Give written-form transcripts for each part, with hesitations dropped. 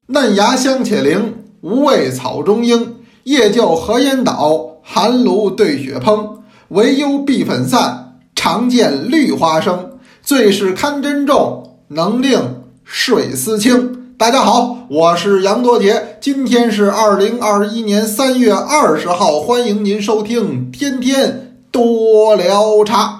嫩芽香且灵，无味草中英。夜就何烟倒，寒炉对雪烹。惟忧碧粉散，常见绿花生。最是堪珍重，能令睡思清。大家好，我是杨多杰，今天是2021年3月20号，欢迎您收听天天多聊茶。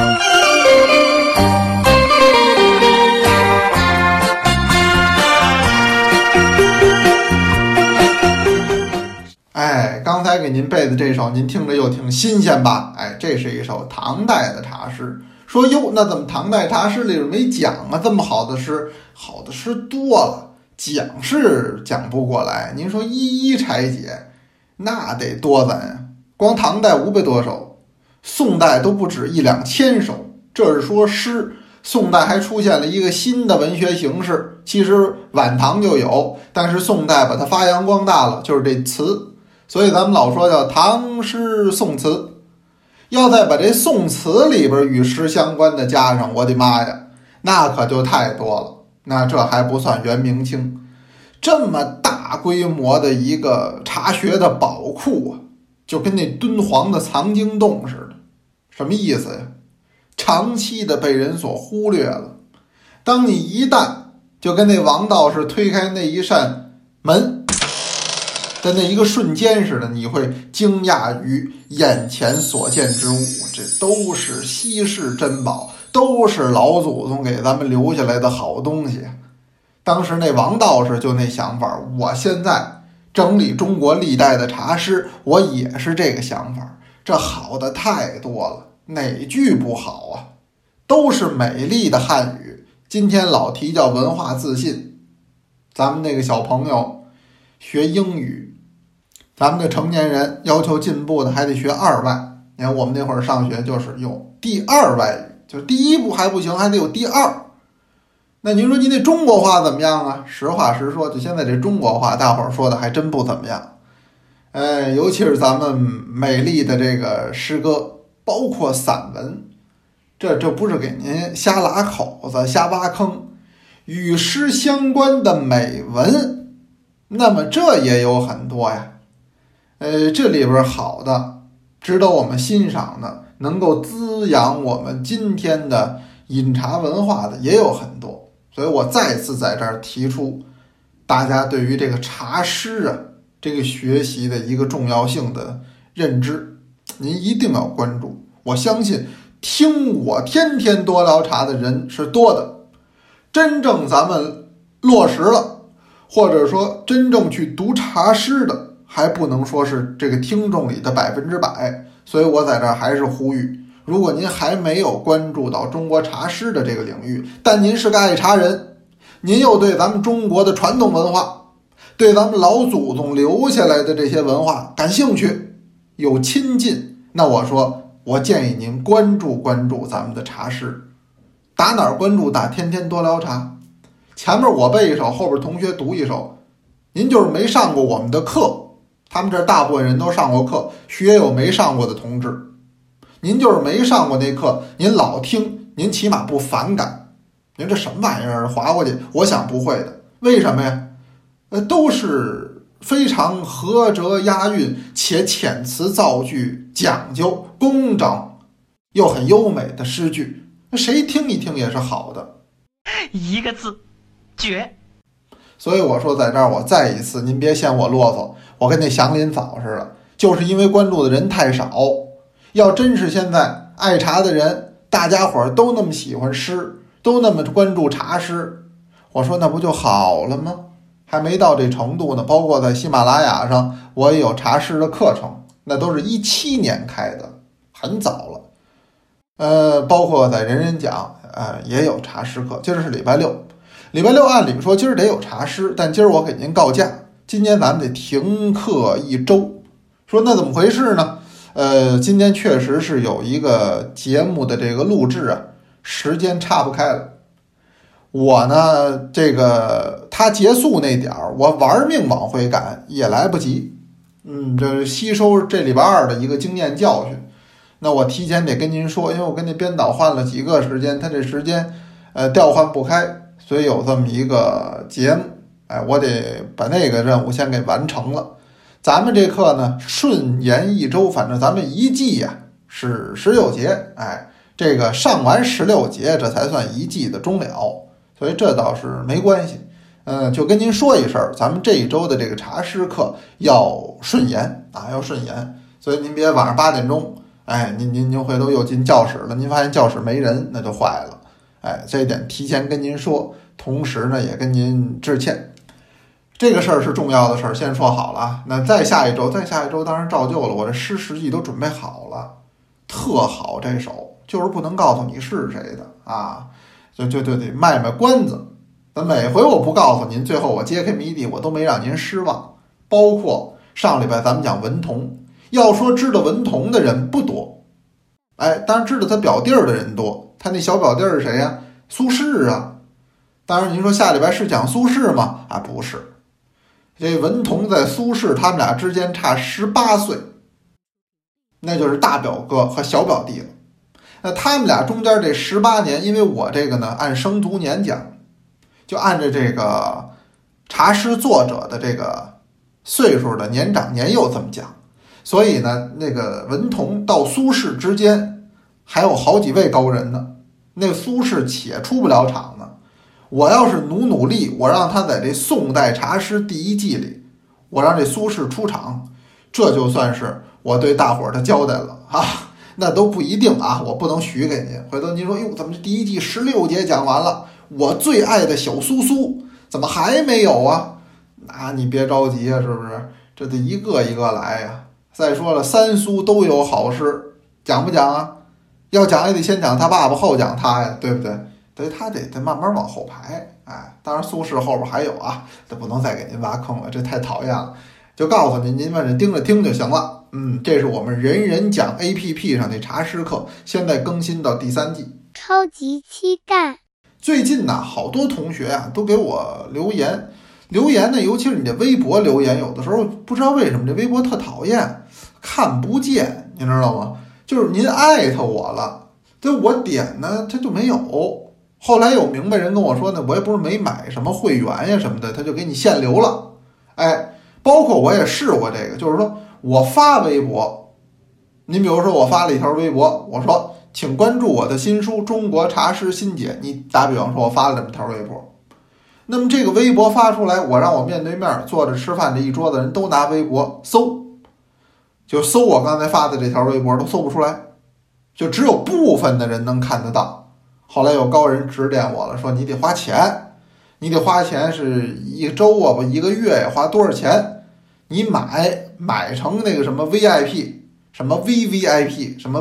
刚才给您背的这首，您听着又挺新鲜吧？这是一首唐代的茶诗。说哟，那怎么唐代茶诗里边没讲啊？这么好的诗，好的诗多了，讲是讲不过来。您说一一拆解，那得多咱呀！光唐代500多首，宋代都不止1-2千首。这是说诗，宋代还出现了一个新的文学形式，其实晚唐就有，但是宋代把它发扬光大了，就是这词。所以咱们老说叫唐诗宋词。要再把这宋词里边与诗相关的加上，我的妈呀，那可就太多了。那这还不算元明清，这么大规模的一个茶学的宝库啊，就跟那敦煌的藏经洞似的。什么意思呀？长期的被人所忽略了。当你一旦就跟那王道士推开那一扇门的那一个瞬间似的，你会惊讶于眼前所见之物，这都是稀世珍宝，都是老祖宗给咱们留下来的好东西。当时那王道士就那想法，我现在整理中国历代的茶诗，我也是这个想法。这好的太多了，哪句不好啊？都是美丽的汉语。今天老提叫文化自信，咱们那个小朋友学英语，咱们的成年人要求进步的还得学2外。你看我们那会儿上学就是有第2外语，就是第1步还不行，还得有第2。那您说您那中国话怎么样啊？实话实说，就现在这中国话大伙儿说的还真不怎么样。尤其是咱们美丽的这个诗歌，包括散文，这不是给您瞎拉口子瞎挖坑。与诗相关的美文，那么这也有很多呀。这里边好的值得我们欣赏的，能够滋养我们今天的饮茶文化的也有很多。所以我再次在这儿提出大家对于这个茶诗啊这个学习的一个重要性的认知，您一定要关注。我相信听我天天多聊茶的人是多的，真正咱们落实了，或者说真正去读茶诗的，还不能说是这个听众里的100%。所以我在这儿还是呼吁，如果您还没有关注到中国茶诗的这个领域，但您是个爱茶人，您又对咱们中国的传统文化，对咱们老祖宗留下来的这些文化感兴趣，有亲近，那我建议您关注咱们的茶诗。打哪儿关注？打天天多聊茶。前面我背一首，后边同学读一首。您就是没上过我们的课，他们这大部分人都上过课，学有没上过的同志，您就是没上过那课，您老听，您起码不反感。您这什么玩意儿划过去？我想不会的。为什么呀？都是非常合辙押韵，且遣词造句讲究工整，又很优美的诗句，谁听一听也是好的。 一个字，绝。 所以我说在这儿我再一次，您别嫌我啰嗦，我跟那祥林嫂似的，就是因为关注的人太少。要真是现在爱茶的人，大家伙儿都那么喜欢诗，都那么关注茶诗，我说那不就好了吗？还没到这程度呢。包括在喜马拉雅上我也有茶诗的课程，那都是17年开的，很早了。包括在人人讲也有茶诗课。今儿是礼拜六，礼拜六按理说今儿得有茶诗，但今儿我给您告假，今年咱们得停课1周。说那怎么回事呢？今天确实是有一个节目的这个录制啊，时间岔不开了。我呢，这个他结束那点儿，我玩命往回赶也来不及。这吸收这礼拜2的一个经验教训。那我提前得跟您说，因为我跟那编导换了几个时间，他这时间调换不开，所以有这么一个节目。 我得把那个任务先给完成了。咱们这课呢顺延1周，反正咱们一季呀是16节，这个上完16节这才算一季的终了，所以这倒是没关系。就跟您说一声，咱们这一周的这个茶诗课要顺延啊，要顺延，所以您别晚上8点钟，您回头又进教室了，您发现教室没人，那就坏了。这一点提前跟您说，同时呢也跟您致歉。这个事儿是重要的事儿，先说好了。那再下一周当然照旧了，我这诗实际都准备好了，特好这首，就是不能告诉你是谁的啊，就得卖关子。那每回我不告诉您，最后我揭开谜底，我都没让您失望。包括上礼拜咱们讲文同，要说知道文同的人不多，当然知道他表弟的人多。他那小表弟是谁呀？苏轼啊。当然您说下礼拜是讲苏轼吗？不是。这文同在苏轼他们俩之间差18岁，那就是大表哥和小表弟了。那他们俩中间这18年，因为我这个呢按生卒年讲，就按照这个茶诗作者的这个岁数的年长年幼这么讲，所以呢那个文同到苏轼之间还有好几位高人呢。那个苏轼且出不了场呢，我要是努力，我让他在这宋代茶诗第一季里，我让这苏轼出场，这就算是我对大伙儿的交代了啊。那都不一定啊，我不能许给您。回头您说，怎么这第一季16节讲完了，我最爱的小苏苏怎么还没有啊？那你别着急啊，是不是？这得一个一个来呀。再说了，3苏都有好诗，讲不讲啊？要讲也得先讲他爸爸，后讲他呀，对不对？所以他得慢慢往后排。当然苏轼后边还有啊，这不能再给您挖坑了，这太讨厌了。就告诉您，您反正盯着听就行了。这是我们人人讲 APP 上的茶诗课，现在更新到第3季， 超级期待。 最近呢，好多同学啊都给我留言呢，尤其是你这微博留言，有的时候不知道为什么这微博特讨厌，看不见，你知道吗？就是您艾特我了，这我点呢它就没有。后来有明白人跟我说呢，我也不是没买什么会员呀什么的，他就给你限流了。包括我也试过这个，就是说我发微博，您比如说我发了一条微博，我说请关注我的新书《中国茶诗新解》，你打比方说我发了这么条微博，那么这个微博发出来，我让我面对面坐着吃饭这一桌子人都拿微博搜，就搜我刚才发的这条微博都搜不出来，就只有部分的人能看得到。后来有高人指点我了，说你得花钱，是1周啊，1个月呀，花多少钱？你买成那个什么 VIP， 什么 VVIP， 什么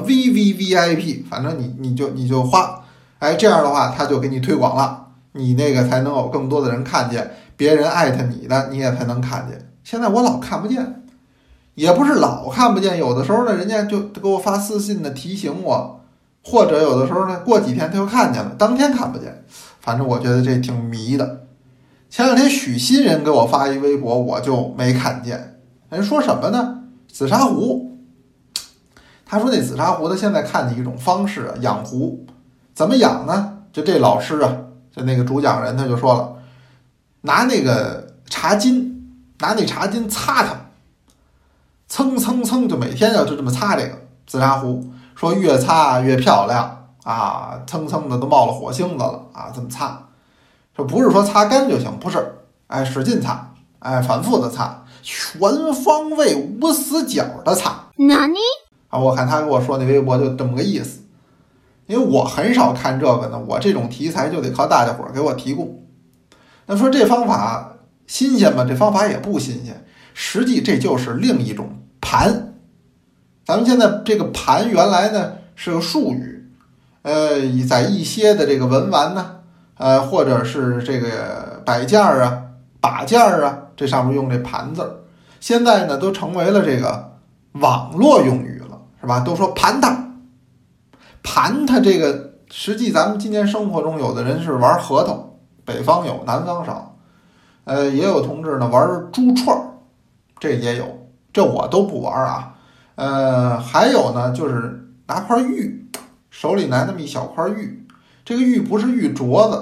VVVIP， 反正你就花，这样的话他就给你推广了，你那个才能有更多的人看见，别人艾特你的你也才能看见。现在我老看不见，也不是老看不见，有的时候呢人家就给我发私信的提醒我，或者有的时候呢过几天他又看见了，当天看不见，反正我觉得这挺迷的。前两天许新人给我发一微博，我就没看见。人说什么呢？紫砂壶。他说那紫砂壶他现在看见一种方式啊，养壶。怎么养呢？就这老师啊，就那个主讲人他就说了，拿那个茶巾擦它，蹭就每天就这么擦这个紫砂壶，说越擦越漂亮啊，蹭的都冒了火星子了啊，这么擦。这不是说擦干就行，不是，使劲擦，反复的擦，全方位无死角的擦。 哪里？ 我看他跟我说那微博就这么个意思。因为我很少看这个呢，我这种题材就得靠大家伙给我提供。那说这方法新鲜吗？这方法也不新鲜，实际这就是另一种盘。咱们现在这个盘原来呢是个术语，在一些的这个文玩呢，或者是这个摆件啊、把件啊，这上面用这盘字，现在呢都成为了这个网络用语了，是吧？都说盘它这个，实际咱们今年生活中有的人是玩核桃，北方有，南方少，也有同志呢玩珠串，这也有，这我都不玩啊。还有呢就是拿块玉，手里拿那么一小块玉，这个玉不是玉镯子，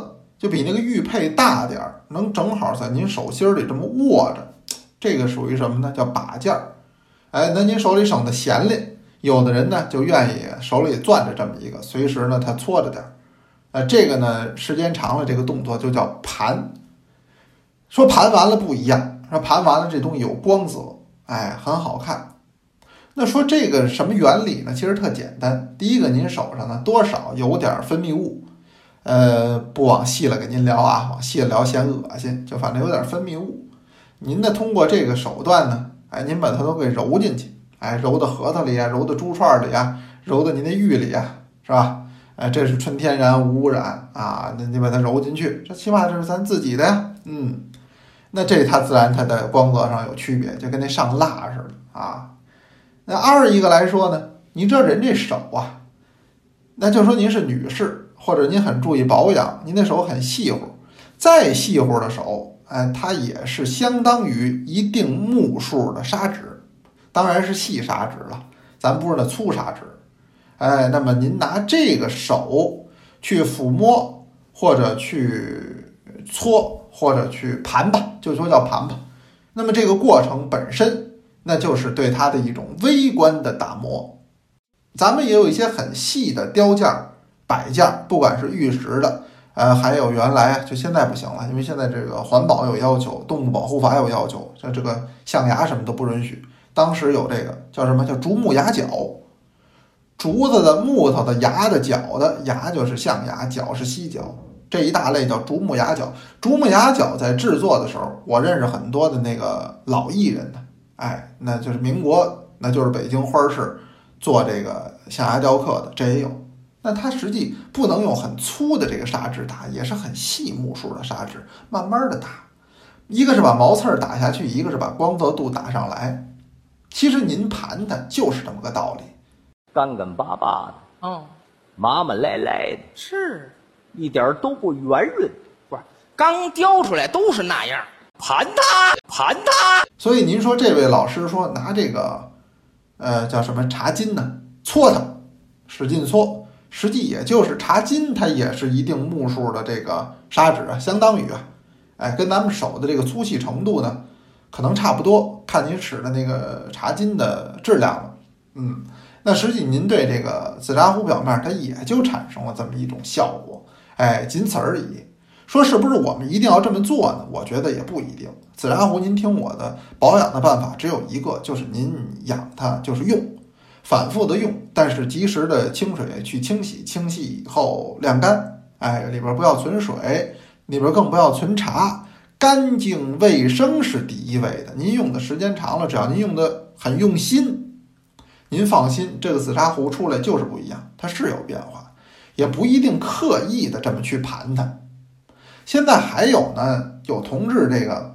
就比那个玉佩大点儿，能正好在您手心里这么握着，这个属于什么呢？叫把件儿。哎，那您手里省得闲练，有的人呢就愿意手里攥着这么一个，随时呢他搓着点儿。这个呢时间长了，这个动作就叫盘。说盘完了不一样，说盘完了这东西有光泽，哎，很好看。那说这个什么原理呢？其实特简单。第一个，您手上呢多少有点分泌物，不往细了给您聊啊，往细了聊嫌恶心，就反正有点分泌物。您呢通过这个手段呢，哎，您把它都给揉进去，哎，揉到核桃里啊，揉到猪串里啊，揉到您的玉里啊，是吧？哎，这是纯天然无污染啊，那你把它揉进去，这起码这是咱自己的呀，那这它自然它的光泽上有区别，就跟那上蜡似的啊。那二一个来说呢，你知道人这手啊，那就说您是女士，或者您很注意保养，您的手很细乎，再细乎的手，它也是相当于一定目数的砂纸，当然是细砂纸了，咱不是那粗砂纸。那么您拿这个手去抚摸，或者去搓，或者去盘吧，就说叫盘吧。那么这个过程本身，那就是对它的一种微观的打磨。咱们也有一些很细的雕件、摆件，不管是玉石的，还有原来就现在不行了，因为现在这个环保有要求，动物保护法有要求，像这个象牙什么都不允许。当时有这个叫什么？叫竹木牙角。竹子的、木头的、牙的、角的，牙就是象牙，角是犀角，这一大类叫竹木牙角。竹木牙角在制作的时候，我认识很多的那个老艺人呢，那就是民国，那就是北京花市做这个象牙雕刻的，这也有。那它实际不能用很粗的这个砂纸打，也是很细目数的砂纸，慢慢的打。一个是把毛刺打下去，一个是把光泽度打上来。其实您盘它就是这么个道理。 干干巴巴的，麻麻赖赖的， 是一点都不圆润， 不是刚雕出来都是那样，盘它。 所以您说这位老师说拿这个叫什么茶巾呢，搓它，使劲搓，实际也就是茶巾，它也是一定目数的这个砂纸啊，相当于跟咱们手的这个粗细程度呢，可能差不多，看您使的那个茶巾的质量了，那实际您对这个紫砂壶表面，它也就产生了这么一种效果，仅此而已。说是不是我们一定要这么做呢？我觉得也不一定。紫砂壶，您听我的，保养的办法只有一个，就是您养它，就是用，反复的用，但是及时的清水去清洗，清洗以后晾干，里边不要存水，里边更不要存茶，干净卫生是第一位的。您用的时间长了，只要您用的很用心，您放心，这个紫砂壶出来就是不一样，它是有变化，也不一定刻意的这么去盘它。现在还有呢，有同志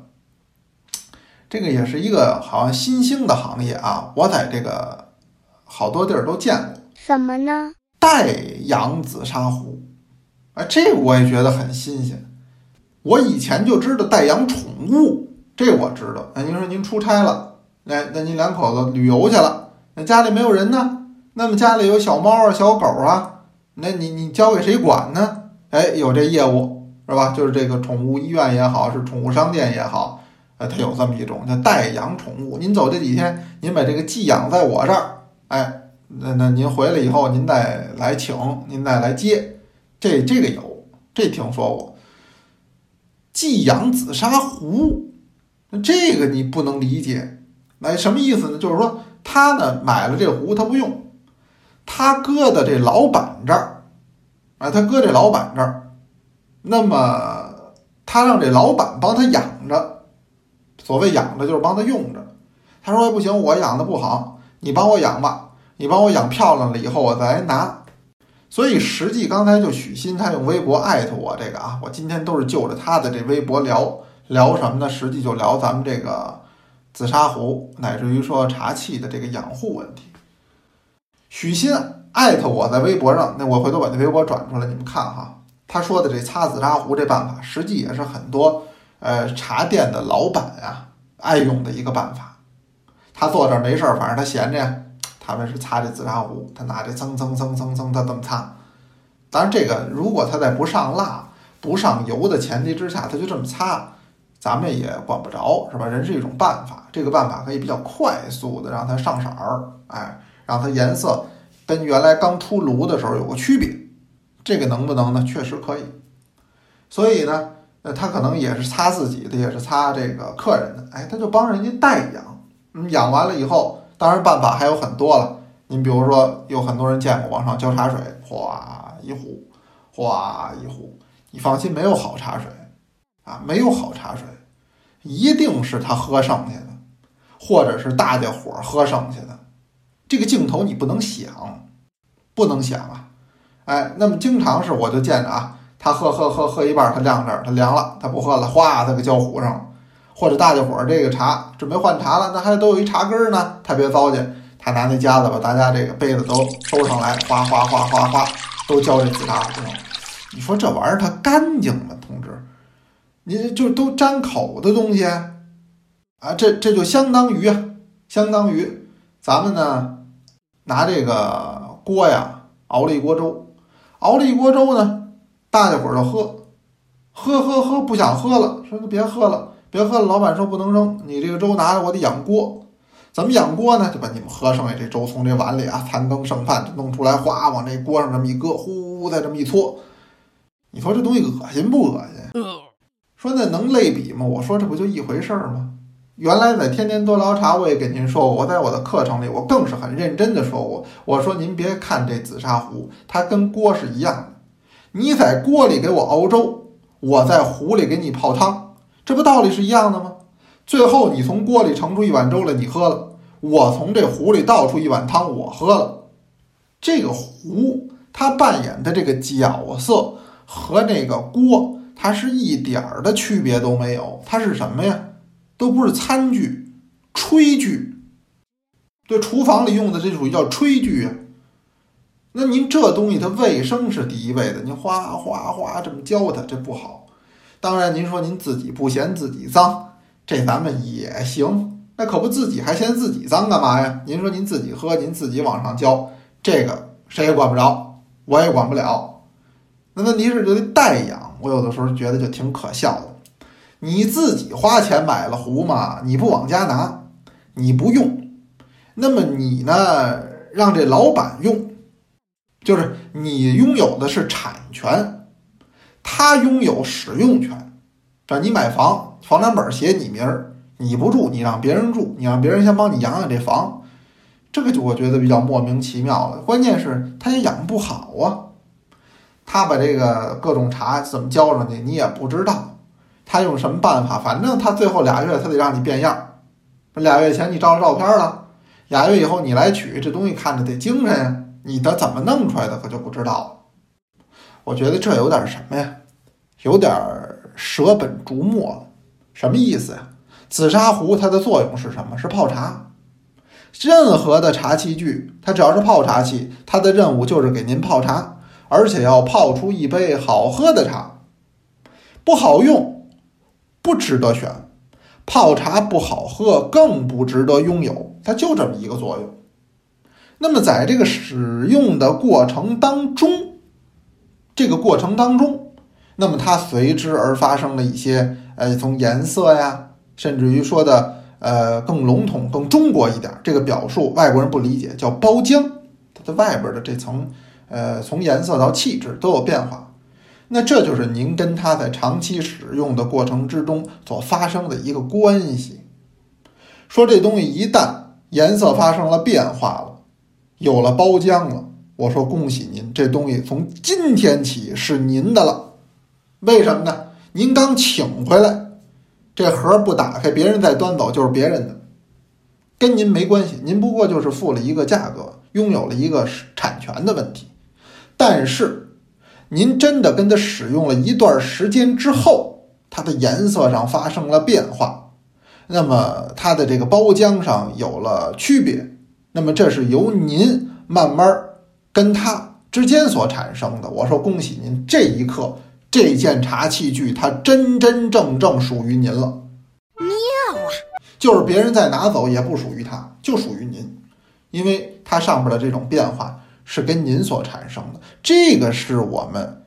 这个也是一个好像新兴的行业啊，我在这个好多地儿都见过。 什么呢？ 代养紫砂壶，这个我也觉得很新鲜。我以前就知道代养宠物，这我知道。您说您出差了，那您两口子旅游去了，那家里没有人呢，那么家里有小猫啊、小狗啊，那你交给谁管呢？有这业务是吧？就是这个宠物医院也好，是宠物商店也好，它有这么一种叫代养宠物。您走这几天，您把这个寄养在我这儿，那您回来以后，您再来请，您再来接，这个有，这听说过。寄养紫砂壶，这个你不能理解，什么意思呢？就是说他呢买了这壶，他不用，他搁的这老板这儿，他搁这老板这儿，那么他让这老板帮他养着，所谓养着就是帮他用着。他说不行，我养的不好，你帮我养吧，你帮我养漂亮了以后我再来拿。所以实际刚才就许昕他用微博艾特我这个我今天都是就着他的这微博聊什么呢？实际就聊咱们这个紫砂壶乃至于说茶器的这个养护问题。许昕艾特我在微博上，那我回头把那微博转出来你们看哈，他说的这擦紫砂壶这办法，实际也是很多茶店的老板爱用的一个办法。他坐这儿没事儿，反正他闲着呀，他们是擦这紫砂壶，他拿这蹭蹭蹭蹭蹭他这么擦。当然这个如果他再不上蜡， 不上油的前提之下，它就这么擦，咱们也管不着，是吧？人是一种办法，这个办法可以比较快速的让它上色儿，哎，让它颜色跟原来刚出炉的时候有个区别，这个能不能呢？确实可以。所以呢，他可能也是擦自己的，也是擦这个客人的，哎，他就帮人家代养，养完了以后，当然办法还有很多了。您比如说，有很多人见过往上浇茶水，哗一壶，哗一壶，你放心，没有好茶水啊，没有好茶水，一定是他喝剩下的，或者是大家伙喝剩下的。这个镜头你不能想，不能想啊，哎，那么经常是我就见着啊，他喝一半，他晾这儿，他凉了，他不喝了，哗，他给浇壶上了，或者大家伙这个茶准备换茶了，那还都有一茶根呢，他别糟践。他拿那夹子把大家这个杯子都收上来，哗哗哗哗哗，都浇这紫砂壶上。你说这玩意儿它干净吗，同志？你就都沾口的东西啊，这就相当于咱们呢拿这个锅呀熬了一锅粥，呢，大家伙儿就喝，不想喝了，说别喝了，老板说不能扔，你这个粥拿着我得养锅。怎么养锅呢？就把你们喝剩下这粥从这碗里啊，残羹剩饭弄出来，哗往这锅上这么一搁，呼再这么一搓，你说这东西恶心不恶心？说那能类比吗？我说这不就一回事儿吗？原来在天天多聊茶我也给您说过，我在我的课程里我更是很认真的说过，我说您别看这紫砂壶，它跟锅是一样的，你在锅里给我熬粥，我在壶里给你泡汤，这不道理是一样的吗？最后你从锅里盛出一碗粥来，你喝了，我从这壶里倒出一碗汤，我喝了。这个壶它扮演的这个角色和那个锅它是一点儿的区别都没有，它是什么呀？都不是餐具，炊具。对，厨房里用的这属于叫炊具啊。那您这东西它卫生是第一位的，您哗哗哗这么浇它，这不好。当然您说您自己不嫌自己脏，这咱们也行，那可不自己还嫌自己脏干嘛呀？您说您自己喝，您自己往上浇，这个谁也管不着，我也管不了。那问题是就得代养，我有的时候觉得就挺可笑的。你自己花钱买了壶嘛，你不往家拿，你不用，那么你呢让这老板用，就是你拥有的是产权，他拥有使用权。你买房产本写你名儿，你不住，你让别人住，你让别人先帮你养这房，这个就我觉得比较莫名其妙了。关键是他也养不好啊，他把这个各种茶怎么浇上去你也不知道，他用什么办法，反正他最后2月他得让你变样。2月前你照照片了，2月以后你来取，这东西看着得精神呀，你的怎么弄出来的可就不知道了。我觉得这有点什么呀，有点舍本逐末了。什么意思呀？紫砂壶它的作用是什么？是泡茶。任何的茶器具它只要是泡茶器，它的任务就是给您泡茶，而且要泡出一杯好喝的茶。不好用不值得选，泡茶不好喝更不值得拥有，它就这么一个作用。那么在这个使用的过程当中，那么它随之而发生了一些从颜色呀，甚至于说的更笼统更中国一点，这个表述外国人不理解，叫包浆，它的外边的这层从颜色到气质都有变化。那这就是您跟它在长期使用的过程之中所发生的一个关系。说这东西一旦颜色发生了变化了，有了包浆了，我说恭喜您，这东西从今天起是您的了。为什么呢？您刚请回来，这盒不打开，别人再端走就是别人的，跟您没关系，您不过就是付了一个价格，拥有了一个产权的问题。但是您真的跟它使用了一段时间之后，它的颜色上发生了变化，那么它的这个包浆上有了区别，那么这是由您慢慢跟它之间所产生的。我说恭喜您，这一刻这件茶器具它真真正正属于您了。 妙啊！ 就是别人再拿走也不属于它，就属于您，因为它上边的这种变化是跟您所产生的。这个是我们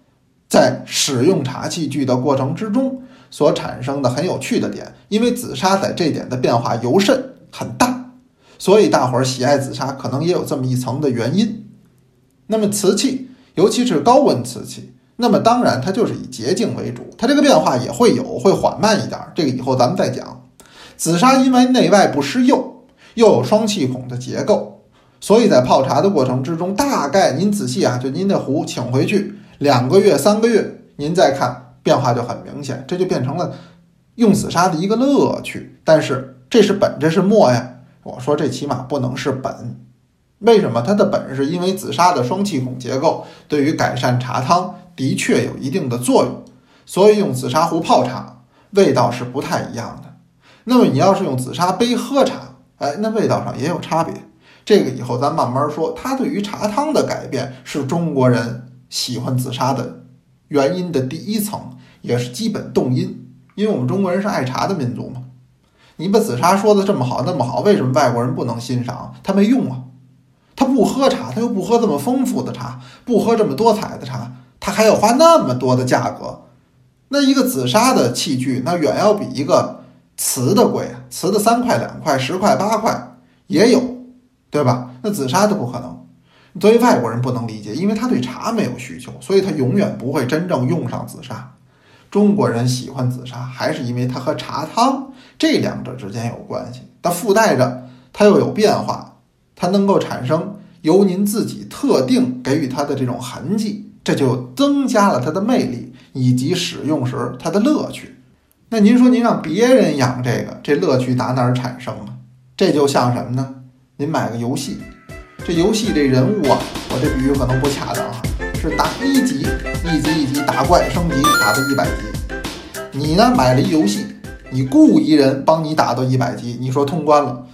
在使用茶器具的过程之中所产生的很有趣的点，因为紫砂在这点的变化尤甚很大，所以大伙儿喜爱紫砂可能也有这么一层的原因。那么瓷器，尤其是高温瓷器，那么当然它就是以洁净为主，它这个变化也会缓慢一点，这个以后咱们再讲。紫砂因为内外不施釉，又有双气孔的结构，所以在泡茶的过程之中，大概您仔细就您的壶请回去2个月3个月，您再看变化就很明显，这就变成了用紫砂的一个乐趣。但是这是本，这是末呀，我说这起码不能是本。为什么？它的本是因为紫砂的双气孔结构对于改善茶汤的确有一定的作用，所以用紫砂壶泡茶味道是不太一样的。那么你要是用紫砂杯喝茶，那味道上也有差别。这个以后咱慢慢说，它对于茶汤的改变是中国人喜欢紫砂的原因的第一层，也是基本动因。因为我们中国人是爱茶的民族嘛。你把紫砂说的这么好那么好，为什么外国人不能欣赏？他没用啊，他不喝茶，他又不喝这么丰富的茶，不喝这么多彩的茶，他还要花那么多的价格。那一个紫砂的器具，那远要比一个瓷的贵啊，瓷的3块2块10块8块也有，对吧？那紫砂就不可能。作为外国人不能理解，因为他对茶没有需求，所以他永远不会真正用上紫砂。中国人喜欢紫砂，还是因为它和茶汤这两者之间有关系，它附带着它又有变化，它能够产生由您自己特定给予它的这种痕迹，这就增加了它的魅力以及使用时它的乐趣。那您说您让别人养这个，这乐趣打哪儿产生啊？这就像什么呢？您买个游戏，这游戏这人物啊，我这比喻可能不恰当啊，是打1级，一级一级打怪升级打到100级。你呢买了一游戏，你雇一人帮你打到100级，你说通关了，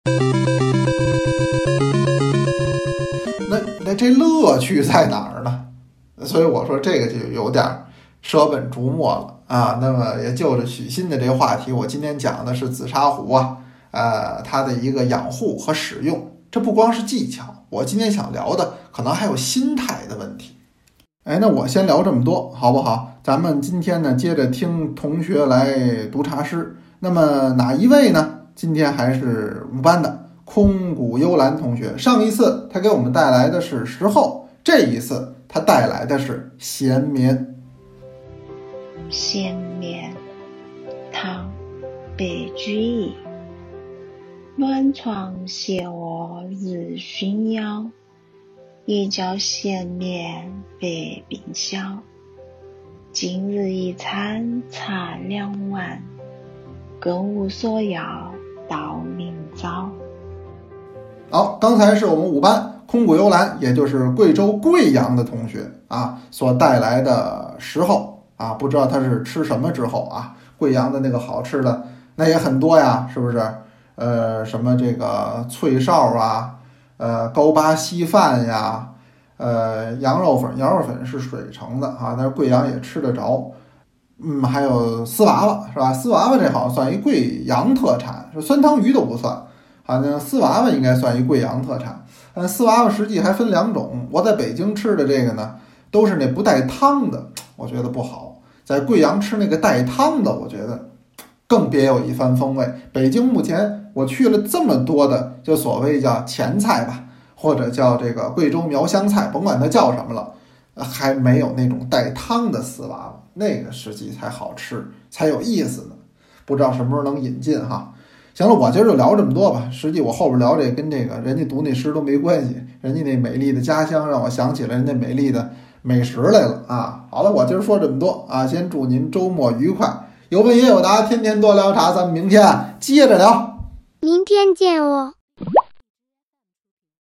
那这乐趣在哪儿呢？所以我说这个就有点舍本逐末了啊。那么也就着许昕的这个话题，我今天讲的是紫砂壶啊，它的一个养护和使用。这不光是技巧，我今天想聊的可能还有心态的问题。那我先聊这么多好不好？咱们今天呢接着听同学来读茶诗。那么哪一位呢？今天还是5班的空谷幽兰同学。上一次他给我们带来的是时候，这一次他带来的是闲眠。 闲眠，唐，白居易。暖床斜卧日熏腰，一觉闲眠白鬓晓。今日一餐茶2碗，更无所要到明早。 好，刚才是我们5班空谷幽兰，也就是贵州贵阳的同学啊所带来的时候啊，不知道他是吃什么之后啊，贵阳的那个好吃的那也很多呀，是不是？什么这个脆哨啊，高巴稀饭呀，羊肉粉是水城的啊，但是贵阳也吃得着。还有丝娃娃是吧？丝娃娃这好像算一贵阳特产，是酸汤鱼都不算，好像丝娃娃应该算一贵阳特产。丝娃娃实际还分2种，我在北京吃的这个呢，都是那不带汤的，我觉得不好。在贵阳吃那个带汤的，我觉得更别有一番风味。北京目前我去了这么多的，就所谓叫前菜吧，或者叫这个贵州苗乡菜，甭管它叫什么了，还没有那种带汤的丝娃娃，那个实际才好吃，才有意思呢。不知道什么时候能引进哈。行了，我今儿就聊这么多吧。实际我后边聊这跟这个人家读那诗都没关系，人家那美丽的家乡让我想起了人家美丽的美食来了啊。好了，我今儿说这么多啊，先祝您周末愉快，有问也有答，天天多聊茶，咱们明天接着聊。 明天见哦。